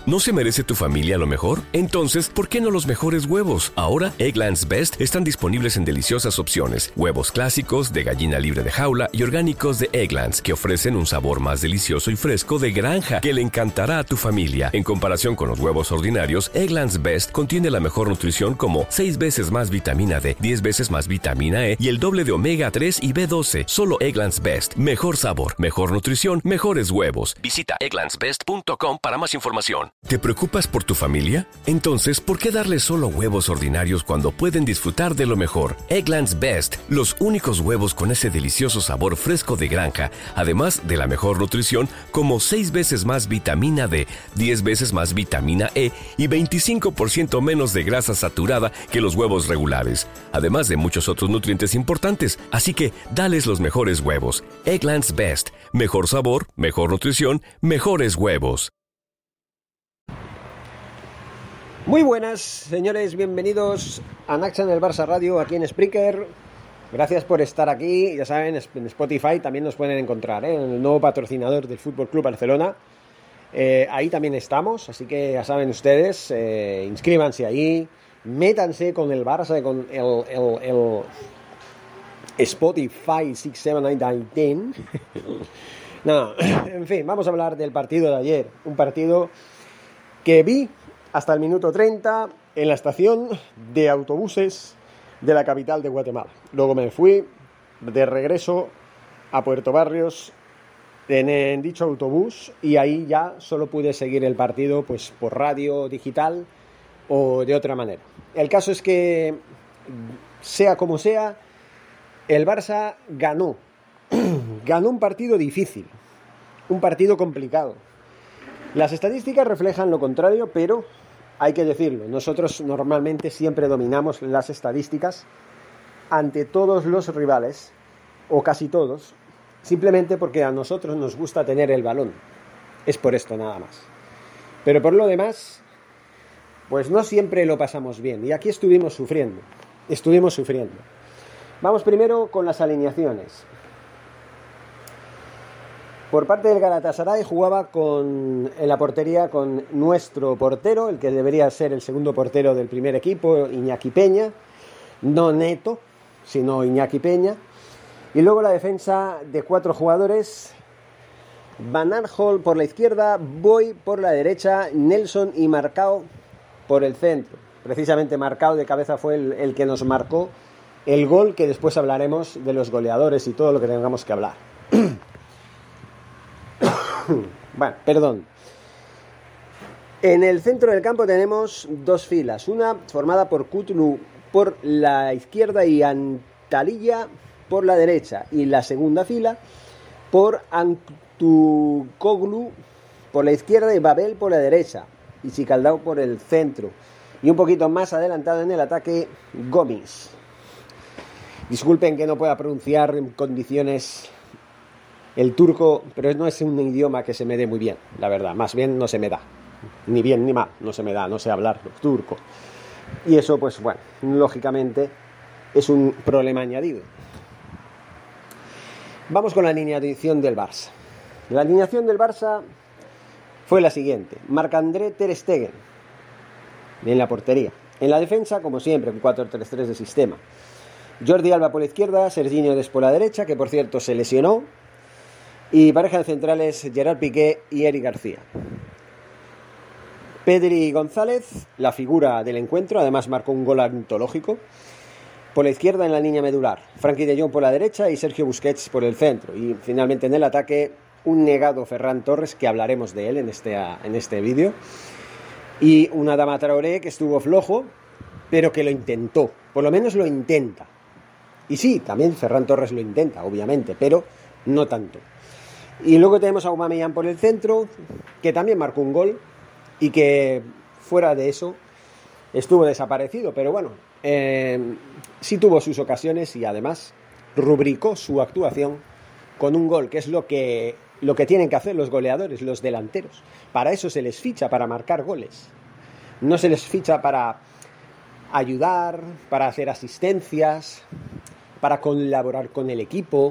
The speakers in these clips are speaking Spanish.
¿No se merece tu familia lo mejor? Entonces, ¿por qué no los mejores huevos? Ahora, Eggland's Best están disponibles en deliciosas opciones. Huevos clásicos, de gallina libre de jaula y orgánicos de Eggland's, que ofrecen un sabor más delicioso y fresco de granja que le encantará a tu familia. En comparación con los huevos ordinarios, Eggland's Best contiene la mejor nutrición como 6 veces más vitamina D, 10 veces más vitamina E y el doble de omega 3 y B12. Solo Eggland's Best. Mejor sabor, mejor nutrición, mejores huevos. Visita egglandsbest.com para más información. ¿Te preocupas por tu familia? Entonces, ¿por qué darles solo huevos ordinarios cuando pueden disfrutar de lo mejor? Eggland's Best, los únicos huevos con ese delicioso sabor fresco de granja, además de la mejor nutrición como 6 veces más vitamina D, 10 veces más vitamina E y 25% menos de grasa saturada que los huevos regulares, además de muchos otros nutrientes importantes. Así que, dales los mejores huevos. Eggland's Best, mejor sabor, mejor nutrición, mejores huevos. Muy buenas, señores, bienvenidos a Naxa en el Barça Radio, aquí en Spreaker. Gracias por estar aquí. Ya saben, en Spotify también nos pueden encontrar, en el nuevo patrocinador del Fútbol Club Barcelona. Ahí también estamos, así que ya saben ustedes, inscríbanse ahí, métanse con el Barça, con el Spotify 6, 7, 8, 9, 10. No, en fin, vamos a hablar del partido de ayer. Un partido que vi hasta el minuto 30 en la estación de autobuses de la capital de Guatemala. Luego me fui de regreso a Puerto Barrios en dicho autobús y ahí ya solo pude seguir el partido pues por radio digital o de otra manera. El caso es que, sea como sea, el Barça ganó. Ganó un partido difícil, un partido complicado. Las estadísticas reflejan lo contrario, pero hay que decirlo, nosotros normalmente siempre dominamos las estadísticas ante todos los rivales, o casi todos, simplemente porque a nosotros nos gusta tener el balón. Es por esto nada más. Pero por lo demás, pues no siempre lo pasamos bien, y aquí estuvimos sufriendo. Vamos primero con las alineaciones. Por parte del Galatasaray jugaba en la portería con nuestro portero, el que debería ser el segundo portero del primer equipo, Iñaki Peña. No Neto, sino Iñaki Peña. Y luego la defensa de 4 jugadores: Van Aanholt por la izquierda, Boy por la derecha, Nelson y Marcao por el centro. Precisamente Marcao de cabeza fue el que nos marcó el gol, que después hablaremos de los goleadores y todo lo que tengamos que hablar. Bueno, perdón. En el centro del campo tenemos 2 filas. Una formada por Kutlu por la izquierda y Antalya por la derecha. Y la segunda fila por Antukoglu por la izquierda y Babel por la derecha. Y Chicaldao por el centro. Y un poquito más adelantado en el ataque, Gomis. Disculpen que no pueda pronunciar en condiciones el turco, pero no es un idioma que se me dé muy bien, la verdad. Más bien no se me da. Ni bien ni mal, no se me da, no sé hablar turco. Y eso, pues bueno, lógicamente es un problema añadido. Vamos con la alineación del Barça. La alineación del Barça fue la siguiente: Marc-André Ter Stegen en la portería. En la defensa, como siempre, un 4-3-3 de sistema. Jordi Alba por la izquierda, Serginho Dest por la derecha, que por cierto se lesionó. Y pareja de centrales, Gerard Piqué y Eric García. Pedri González, la figura del encuentro, además marcó un gol antológico, por la izquierda en la línea medular. Frenkie de Jong por la derecha y Sergio Busquets por el centro. Y finalmente en el ataque, un negado Ferran Torres, que hablaremos de él en este vídeo. Y un Adama Traoré que estuvo flojo, pero que lo intentó. Por lo menos lo intenta. Y sí, también Ferran Torres lo intenta, obviamente, pero no tanto. Y luego tenemos a Aubameyang por el centro, que también marcó un gol y que fuera de eso estuvo desaparecido, pero bueno, sí tuvo sus ocasiones y además rubricó su actuación con un gol, que es lo que tienen que hacer los goleadores, los delanteros. Para eso se les ficha, para marcar goles. No se les ficha para ayudar, para hacer asistencias, para colaborar con el equipo,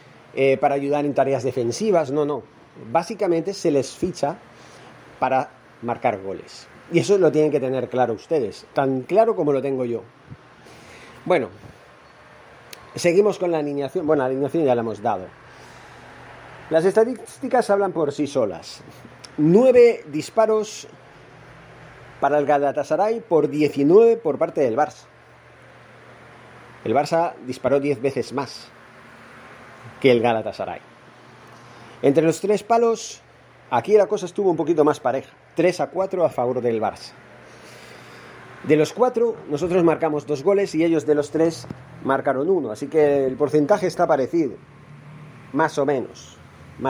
para ayudar en tareas defensivas. No. Básicamente se les ficha para marcar goles. Y eso lo tienen que tener claro ustedes, tan claro como lo tengo yo. Bueno, seguimos con la alineación. Bueno, la alineación ya la hemos dado. Las estadísticas hablan por sí solas. 9 disparos para el Galatasaray por 19 por parte del Barça. El Barça disparó 10 veces más que el Galatasaray. Entre los 3 palos, aquí la cosa estuvo un poquito más pareja. 3-4 a favor del Barça. De los 4, nosotros marcamos 2 goles y ellos de los 3 marcaron 1. Así que el porcentaje está parecido. Más o menos.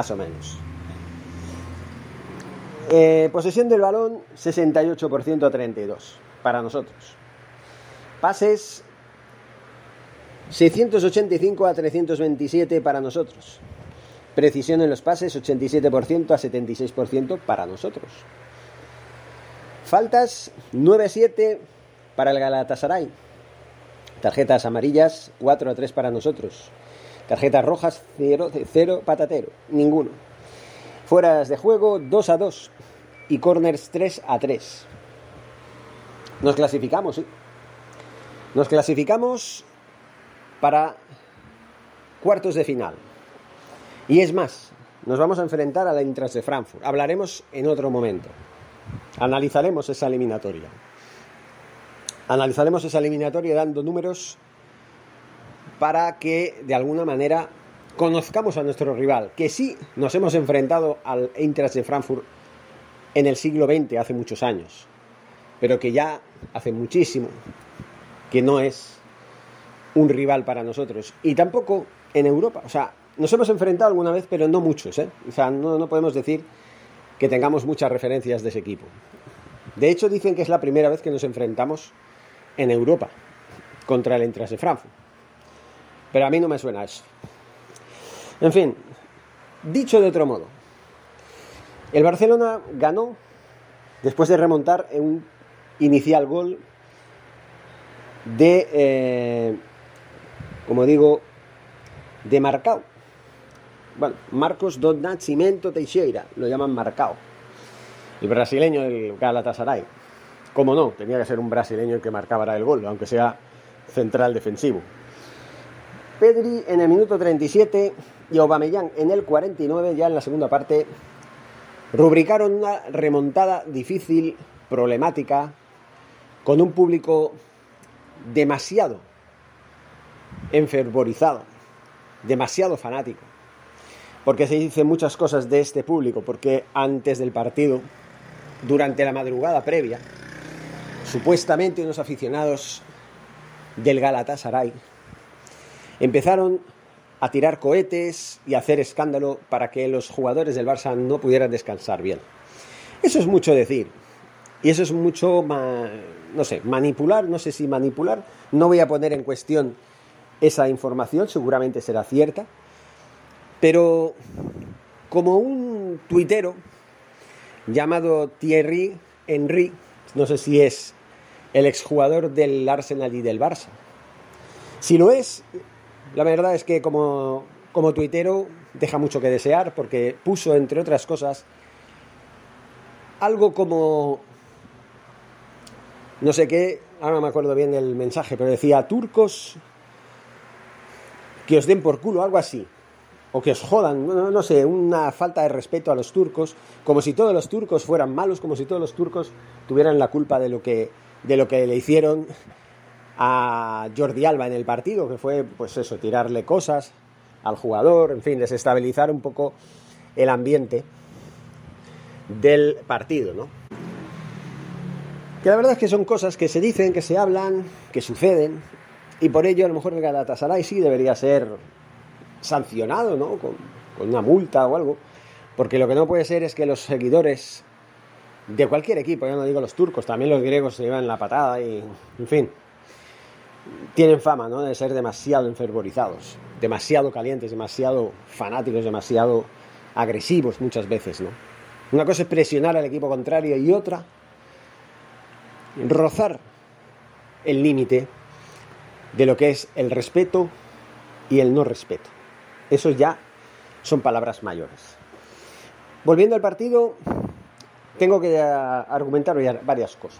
Posesión del balón, 68% a 32 para nosotros. Pases, 685 a 327 para nosotros. Precisión en los pases, 87% a 76% para nosotros. Faltas, 9-7 para el Galatasaray. Tarjetas amarillas, 4-3 para nosotros. Tarjetas rojas, 0 patatero, ninguno. Fueras de juego, 2-2. Y corners, 3-3. Nos clasificamos, sí. Nos clasificamos para cuartos de final. Y es más, nos vamos a enfrentar a la Eintracht de Frankfurt. Hablaremos en otro momento. Analizaremos esa eliminatoria. Analizaremos esa eliminatoria dando números para que, de alguna manera, conozcamos a nuestro rival. Que sí nos hemos enfrentado al Eintracht de Frankfurt en el siglo XX, hace muchos años. Pero que ya hace muchísimo que no es un rival para nosotros. Y tampoco en Europa. O sea, nos hemos enfrentado alguna vez, pero no muchos, ¿eh? O sea, no podemos decir que tengamos muchas referencias de ese equipo. De hecho, dicen que es la primera vez que nos enfrentamos en Europa contra el Eintracht de Frankfurt. Pero a mí no me suena eso. En fin, dicho de otro modo, el Barcelona ganó después de remontar un inicial gol de, como digo, de Marcao. Bueno, Marcos do Nascimento Teixeira, lo llaman Marcao, el brasileño del Galatasaray. Como no, tenía que ser un brasileño el que marcaba el gol, aunque sea central defensivo. Pedri en el minuto 37 y Aubameyang en el 49, ya en la segunda parte, rubricaron una remontada difícil, problemática, con un público demasiado enfervorizado, demasiado fanático. Porque se dicen muchas cosas de este público, porque antes del partido, durante la madrugada previa, supuestamente unos aficionados del Galatasaray empezaron a tirar cohetes y a hacer escándalo para que los jugadores del Barça no pudieran descansar bien. Eso es mucho decir. Y eso es mucho, no sé, manipular, no sé si manipular. No voy a poner en cuestión esa información, seguramente será cierta. Pero como un tuitero llamado Thierry Henry, no sé si es el exjugador del Arsenal y del Barça. Si lo es, la verdad es que como tuitero deja mucho que desear, porque puso, entre otras cosas, algo como, no sé qué, ahora no me acuerdo bien del mensaje, pero decía: turcos que os den por culo, algo así, o que os jodan, no sé, una falta de respeto a los turcos, como si todos los turcos fueran malos, como si todos los turcos tuvieran la culpa de lo que le hicieron a Jordi Alba en el partido, que fue, pues eso, tirarle cosas al jugador, en fin, desestabilizar un poco el ambiente del partido, ¿no? Que la verdad es que son cosas que se dicen, que se hablan, que suceden, y por ello a lo mejor el Galatasaray sí debería ser sancionado, ¿no? Con una multa o algo, porque lo que no puede ser es que los seguidores de cualquier equipo, ya no digo los turcos, también los griegos se llevan la patada y, en fin, tienen fama, ¿no?, de ser demasiado enfervorizados, demasiado calientes, demasiado fanáticos, demasiado agresivos muchas veces, ¿no? Una cosa es presionar al equipo contrario y otra, rozar el límite de lo que es el respeto y el no respeto. Eso ya son palabras mayores. Volviendo al partido, tengo que argumentar varias cosas.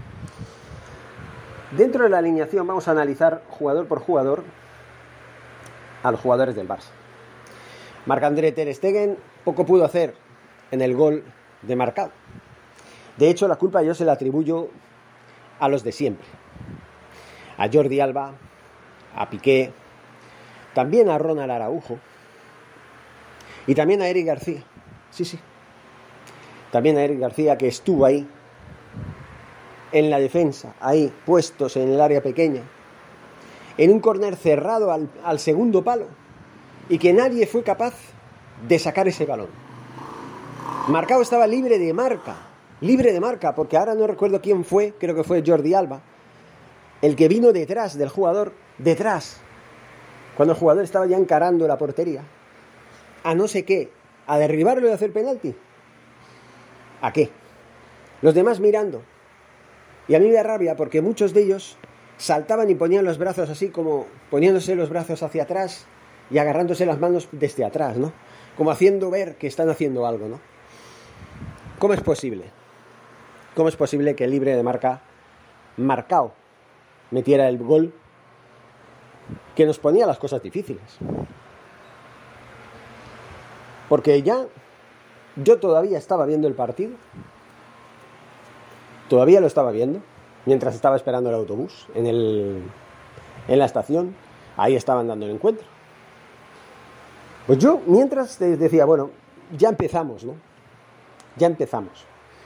Dentro de la alineación vamos a analizar jugador por jugador a los jugadores del Barça. Marc-André ter Stegen poco pudo hacer en el gol de Marcao. De hecho, la culpa yo se la atribuyo a los de siempre. A Jordi Alba, a Piqué, también a Ronald Araujo y también a Eric García. Sí. También a Eric García, que estuvo ahí en la defensa, ahí puestos en el área pequeña, en un córner cerrado al segundo palo, y que nadie fue capaz de sacar ese balón. Marcao estaba libre de marca, porque ahora no recuerdo quién fue, creo que fue Jordi Alba, el que vino detrás del jugador, cuando el jugador estaba ya encarando la portería, a no sé qué, a derribarlo y hacer penalti. ¿A qué? Los demás mirando. Y a mí me da rabia porque muchos de ellos saltaban y ponían los brazos así, como poniéndose los brazos hacia atrás y agarrándose las manos desde atrás, ¿no? Como haciendo ver que están haciendo algo, ¿no? ¿Cómo es posible? ¿Cómo es posible que libre de marca Marcao metiera el gol que nos ponía las cosas difíciles? Porque yo todavía estaba viendo el partido, todavía lo estaba viendo, mientras estaba esperando el autobús en la estación, ahí estaban dando el encuentro. Pues yo, mientras decía, bueno, ya empezamos, ¿no? Ya empezamos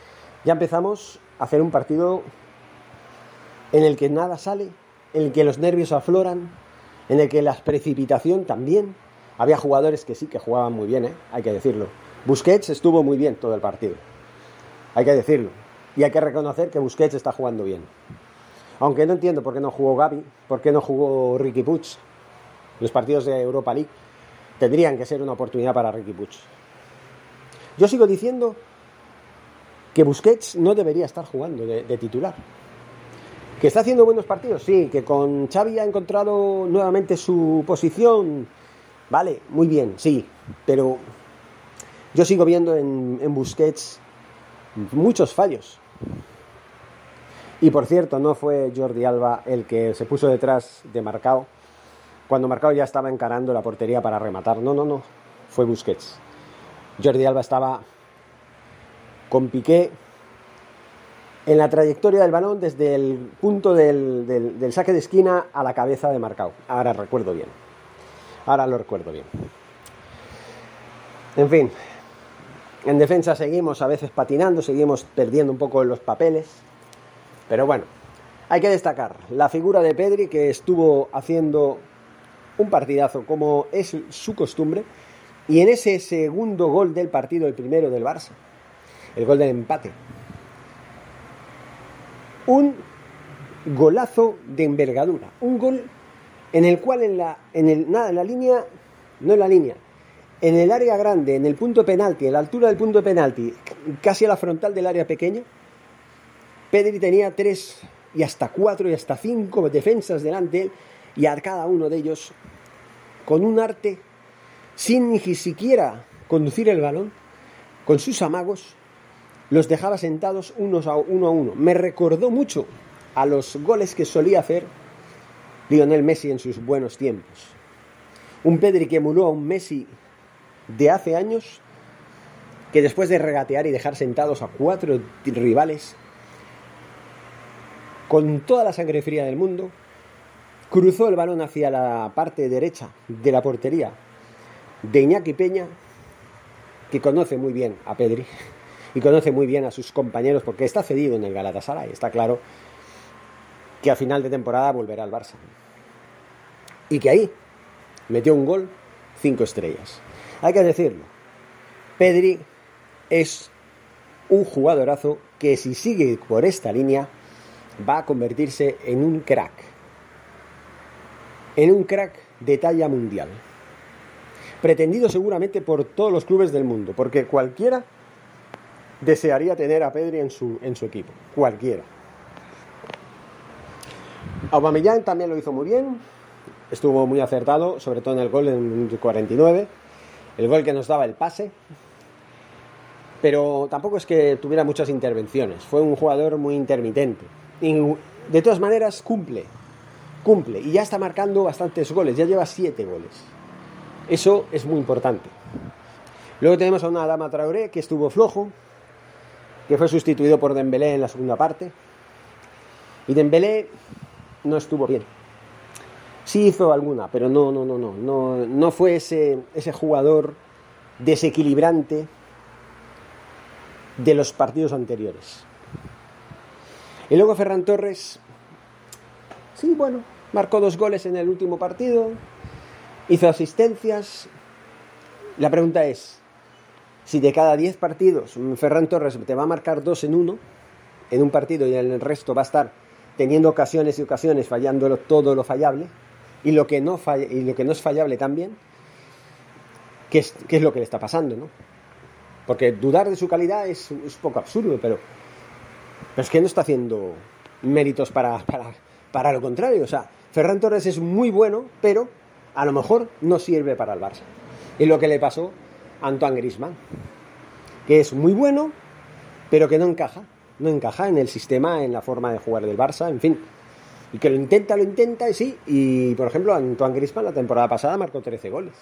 a hacer un partido en el que nada sale, en el que los nervios afloran, en el que la precipitación también. Había jugadores que sí, que jugaban muy bien, hay que decirlo. Busquets estuvo muy bien todo el partido, hay que decirlo. Y hay que reconocer que Busquets está jugando bien. Aunque no entiendo por qué no jugó Gavi, por qué no jugó Riqui Puig. Los partidos de Europa League tendrían que ser una oportunidad para Riqui Puig. Yo sigo diciendo que Busquets no debería estar jugando de titular. ¿Que está haciendo buenos partidos? Sí. ¿Que con Xavi ha encontrado nuevamente su posición? Vale, muy bien, sí. Pero yo sigo viendo en Busquets muchos fallos. Y por cierto, no fue Jordi Alba el que se puso detrás de Marcao cuando Marcao ya estaba encarando la portería para rematar. No. Fue Busquets. Jordi Alba estaba con Piqué en la trayectoria del balón desde el punto del saque de esquina a la cabeza de Marcao. Ahora lo recuerdo bien. En fin, en defensa seguimos a veces patinando, seguimos perdiendo un poco los papeles. Pero bueno, hay que destacar la figura de Pedri, que estuvo haciendo un partidazo como es su costumbre. Y en ese segundo gol del partido, el primero del Barça, el gol del empate, un golazo de envergadura, un gol en el cual en el área grande, en el punto penalti, en la altura del punto penalti, casi a la frontal del área pequeña, Pedri tenía 3 y hasta 4 y hasta 5 defensas delante de él, y a cada uno de ellos con un arte, sin ni siquiera conducir el balón, con sus amagos, los dejaba sentados uno a uno. Me recordó mucho a los goles que solía hacer Lionel Messi en sus buenos tiempos. Un Pedri que emuló a un Messi de hace años, que después de regatear y dejar sentados a 4 rivales, con toda la sangre fría del mundo, cruzó el balón hacia la parte derecha de la portería de Iñaki Peña, que conoce muy bien a Pedri y conoce muy bien a sus compañeros, porque está cedido en el Galatasaray. Está claro que a final de temporada volverá al Barça. Y que ahí metió un gol, 5 estrellas. Hay que decirlo, Pedri es un jugadorazo que, si sigue por esta línea, va a convertirse en un crack de talla mundial, pretendido seguramente por todos los clubes del mundo, porque cualquiera desearía tener a Pedri en su equipo, cualquiera. Aubameyang también lo hizo muy bien, estuvo muy acertado, sobre todo en el gol en el 49, el gol que nos daba el pase pero tampoco es que tuviera muchas intervenciones. Fue un jugador muy intermitente. Y de todas maneras cumple. Y ya está marcando bastantes goles. Ya lleva 7 goles. Eso es muy importante. Luego tenemos a una Adama Traoré que estuvo flojo, que fue sustituido por Dembélé en la segunda parte. Y Dembélé no estuvo bien. Sí hizo alguna, pero no fue ese jugador desequilibrante de los partidos anteriores. Y luego Ferran Torres, sí, bueno, marcó 2 goles en el último partido, hizo asistencias. La pregunta es, si de cada 10 partidos Ferran Torres te va a marcar 2 en uno, en un partido, y en el resto va a estar teniendo ocasiones y ocasiones, fallándolo todo lo fallable, y lo que no es fallable también, ¿qué es lo que le está pasando, ¿no? Porque dudar de su calidad es un poco absurdo, pero es que no está haciendo méritos para lo contrario. O sea, Ferran Torres es muy bueno, pero a lo mejor no sirve para el Barça. Y lo que le pasó a Antoine Griezmann, que es muy bueno, pero que no encaja en el sistema, en la forma de jugar del Barça, en fin. Y que lo intenta, y sí. Y, por ejemplo, Antoine Griezmann la temporada pasada marcó 13 goles.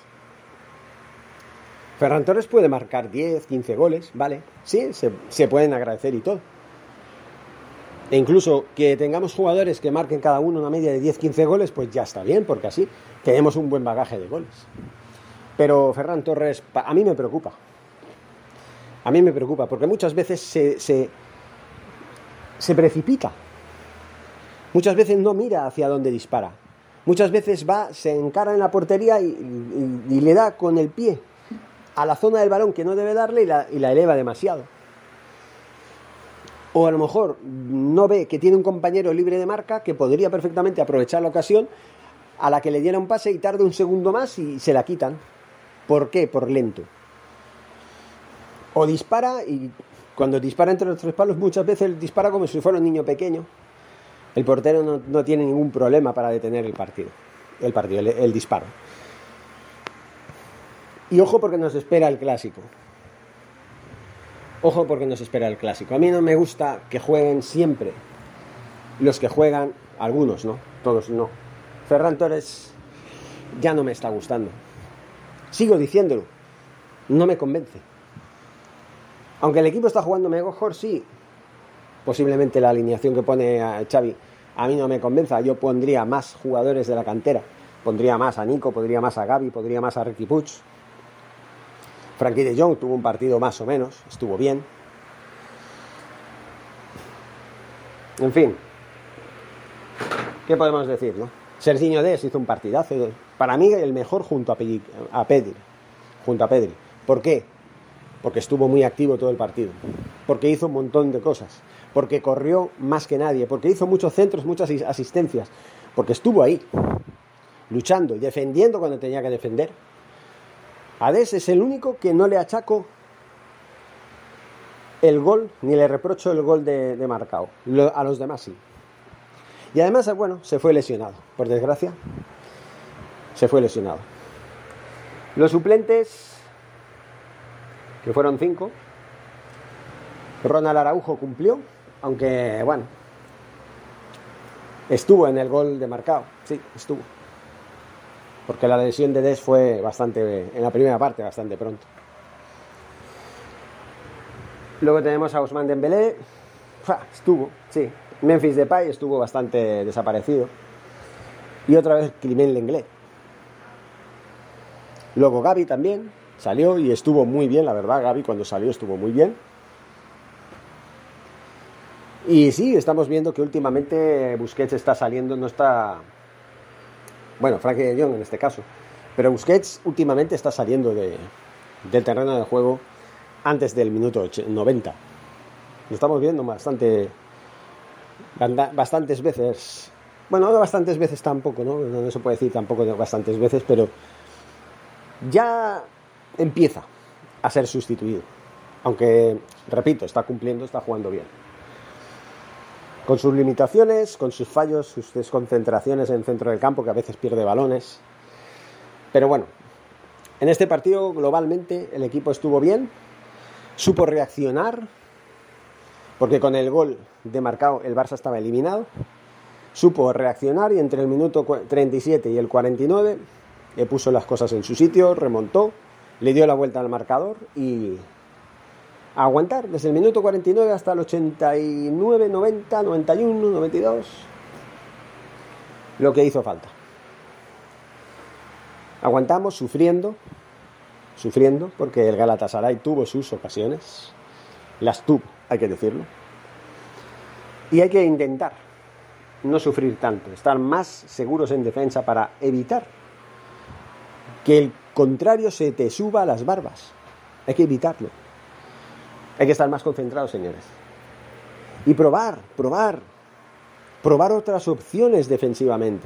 Ferran Torres puede marcar 10, 15 goles, vale. Sí, se pueden agradecer y todo. E incluso que tengamos jugadores que marquen cada uno una media de 10, 15 goles, pues ya está bien, porque así tenemos un buen bagaje de goles. Pero Ferran Torres, a mí me preocupa. Porque muchas veces se precipita. Muchas veces no mira hacia dónde dispara. Muchas veces se encara en la portería y le da con el pie a la zona del balón que no debe darle y la eleva demasiado. O a lo mejor no ve que tiene un compañero libre de marca que podría perfectamente aprovechar la ocasión, a la que le diera un pase y tarde un segundo más y se la quitan. ¿Por qué? Por lento. O dispara, y cuando dispara entre los 3 palos muchas veces dispara como si fuera un niño pequeño. El portero no tiene ningún problema para detener el disparo. Y ojo porque nos espera el clásico. A mí no me gusta que jueguen siempre los que juegan, algunos, ¿no? Todos no. Ferran Torres ya no me está gustando. Sigo diciéndolo. No me convence. Aunque el equipo está jugando mejor, sí. Posiblemente la alineación que pone a Xavi a mí no me convenza. Yo pondría más jugadores de la cantera. Pondría más a Nico, pondría más a Gavi, pondría más a Riqui Puig. Frenkie de Jong tuvo un partido más o menos, estuvo bien. En fin, ¿qué podemos decir, no? Serginho Dest hizo un partidazo. Para mí el mejor junto a Pedri. ¿Por qué? Porque estuvo muy activo todo el partido. Porque hizo un montón de cosas. Porque corrió más que nadie. Porque hizo muchos centros, muchas asistencias. Porque estuvo ahí, luchando y defendiendo cuando tenía que defender. A Dest es el único que no le achaco el gol, ni le reprocho el gol de Marcao. A los demás sí. Y además, bueno, se fue lesionado. Por desgracia, se fue lesionado. Los suplentes, que fueron 5. Ronald Araujo cumplió, aunque, bueno, estuvo en el gol de Marcao. Sí, estuvo. Porque la lesión de Dest fue en la primera parte, bastante pronto. Luego tenemos a Ousmane Dembélé. Estuvo, sí. Memphis Depay estuvo bastante desaparecido. Y otra vez Clement Lenglet. Luego Gavi también salió y estuvo muy bien, la verdad. Gavi cuando salió estuvo muy bien. Y sí, estamos viendo que últimamente Busquets está saliendo, no está... Bueno, Frenkie de Jong en este caso. Pero Busquets últimamente está saliendo del terreno de juego antes del minuto 90. Lo estamos viendo bastantes veces. Bueno, no bastantes veces tampoco, ¿no? No se puede decir tampoco de bastantes veces, pero ya empieza a ser sustituido. Aunque, repito, está cumpliendo, está jugando bien. Con sus limitaciones, con sus fallos, sus desconcentraciones en el centro del campo, que a veces pierde balones. Pero bueno, en este partido globalmente el equipo estuvo bien. Supo reaccionar, porque con el gol de marcado el Barça estaba eliminado. Supo reaccionar y entre el minuto 37 y el 49 le puso las cosas en su sitio, remontó, le dio la vuelta al marcador y a aguantar desde el minuto 49 hasta el 89, 90, 91, 92, lo que hizo falta. Aguantamos sufriendo, porque el Galatasaray tuvo sus ocasiones, las tuvo, hay que decirlo, y hay que intentar no sufrir tanto, estar más seguros en defensa para evitar que el contrario se te suba a las barbas. Hay que evitarlo. Hay que estar más concentrados, señores. Y probar otras opciones defensivamente.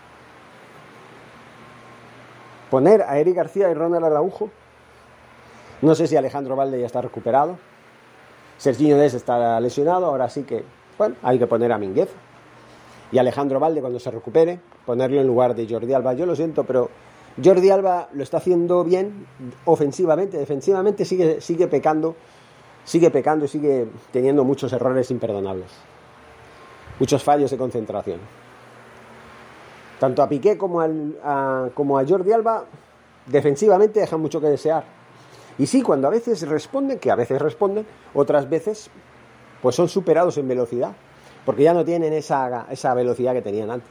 Poner a Eric García y Ronald Araujo. No sé si Alejandro Balde ya está recuperado. Serginho Dest está lesionado. Ahora sí que, bueno, hay que poner a Mingueza. Y Alejandro Balde, cuando se recupere, ponerlo en lugar de Jordi Alba. Yo lo siento, pero Jordi Alba lo está haciendo bien ofensivamente. Defensivamente sigue pecando y sigue teniendo muchos errores imperdonables. Muchos fallos de concentración. Tanto a Piqué como a Jordi Alba, defensivamente dejan mucho que desear. Y sí, cuando a veces responden, otras veces pues son superados en velocidad. Porque ya no tienen esa velocidad que tenían antes.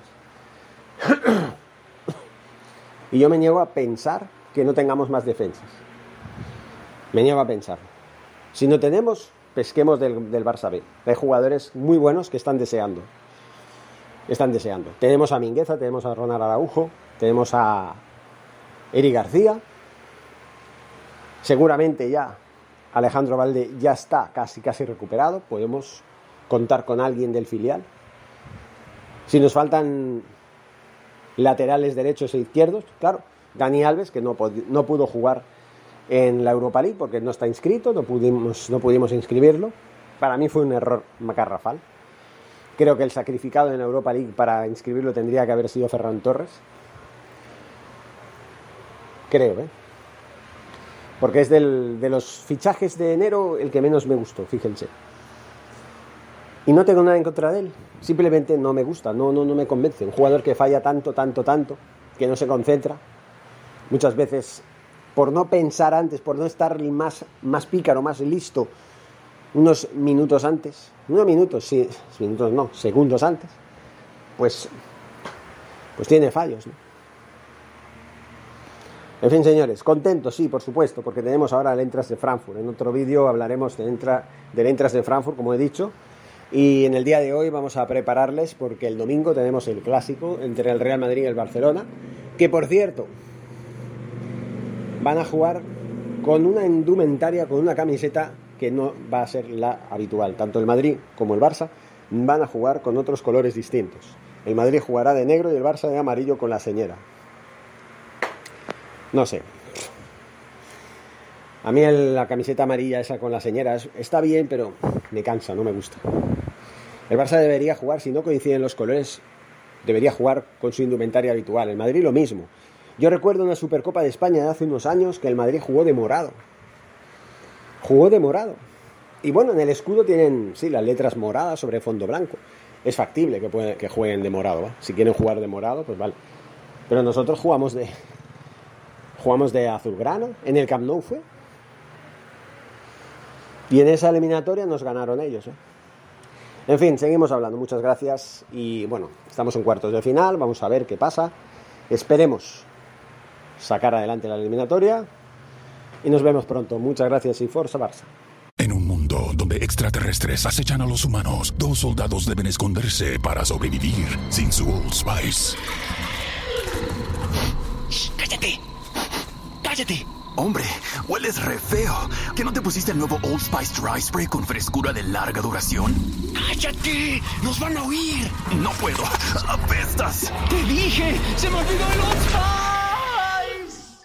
Y yo me niego a pensar que no tengamos más defensas. Me niego a pensar. Si no tenemos, pesquemos del Barça B. Hay jugadores muy buenos que están deseando. Tenemos a Mingueza, tenemos a Ronald Araujo, tenemos a Eric García. Seguramente ya Alejandro Balde ya está casi recuperado. Podemos contar con alguien del filial. Si nos faltan laterales derechos e izquierdos, claro, Dani Alves, que no pudo jugar en la Europa League porque no está inscrito, no pudimos inscribirlo. Para mí fue un error macarrafal. Creo que el sacrificado en la Europa League para inscribirlo tendría que haber sido Ferran Torres. Creo, porque es de los fichajes de enero el que menos me gustó, fíjense. Y no tengo nada en contra de él, simplemente no me gusta, no me convence. Un jugador que falla tanto, que no se concentra, muchas veces por no pensar antes, por no estar más pícaro, más listo, unos minutos antes, segundos antes, pues tiene fallos, ¿no? En fin, señores, contentos, sí, por supuesto, porque tenemos ahora el Eintracht de Frankfurt. En otro vídeo hablaremos del Eintracht de Frankfurt, como he dicho. Y en el día de hoy vamos a prepararles porque el domingo tenemos el clásico entre el Real Madrid y el Barcelona, que por cierto van a jugar con una indumentaria, con una camiseta que no va a ser la habitual. Tanto el Madrid como el Barça van a jugar con otros colores distintos. El Madrid jugará de negro y el Barça de amarillo con la señera. No sé. A mí la camiseta amarilla esa con la señera está bien, pero me cansa, no me gusta. El Barça debería jugar, si no coinciden los colores, debería jugar con su indumentaria habitual. El Madrid lo mismo. Yo recuerdo una Supercopa de España de hace unos años que el Madrid jugó de morado. Y bueno, en el escudo tienen, sí, las letras moradas sobre fondo blanco. Es factible que jueguen de morado, ¿va? Si quieren jugar de morado, pues vale. Pero nosotros jugamos de azulgrana. En el Camp Nou fue. Y en esa eliminatoria nos ganaron ellos, En fin, seguimos hablando. Muchas gracias. Y bueno, estamos en cuartos de final. Vamos a ver qué pasa. Esperemos sacar adelante la eliminatoria. Y nos vemos pronto. Muchas gracias y Forza Barça. En un mundo donde extraterrestres acechan a los humanos, 2 soldados deben esconderse para sobrevivir sin su Old Spice. ¡Shh! ¡Cállate! Hombre, hueles re feo. ¿Que no te pusiste el nuevo Old Spice Dry Spray con frescura de larga duración? ¡Cállate! ¡Nos van a oír! No puedo. ¡Apestas! ¡Te dije! ¡Se me olvidó el Old Spice!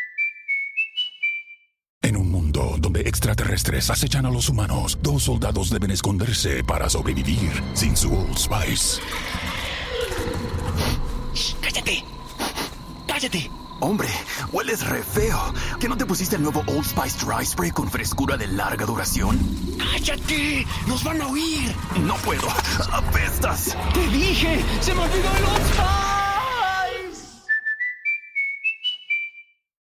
En un mundo donde extraterrestres acechan a los humanos, 2 soldados deben esconderse para sobrevivir sin su Old Spice. ¡Shh! ¡Cállate! Hombre, hueles re feo. ¿Que no te pusiste el nuevo Old Spice Dry Spray con frescura de larga duración? ¡Cállate! ¡Nos van a oír! No puedo. ¡Apestas! ¡Te dije! ¡Se me olvidó el Old Spice!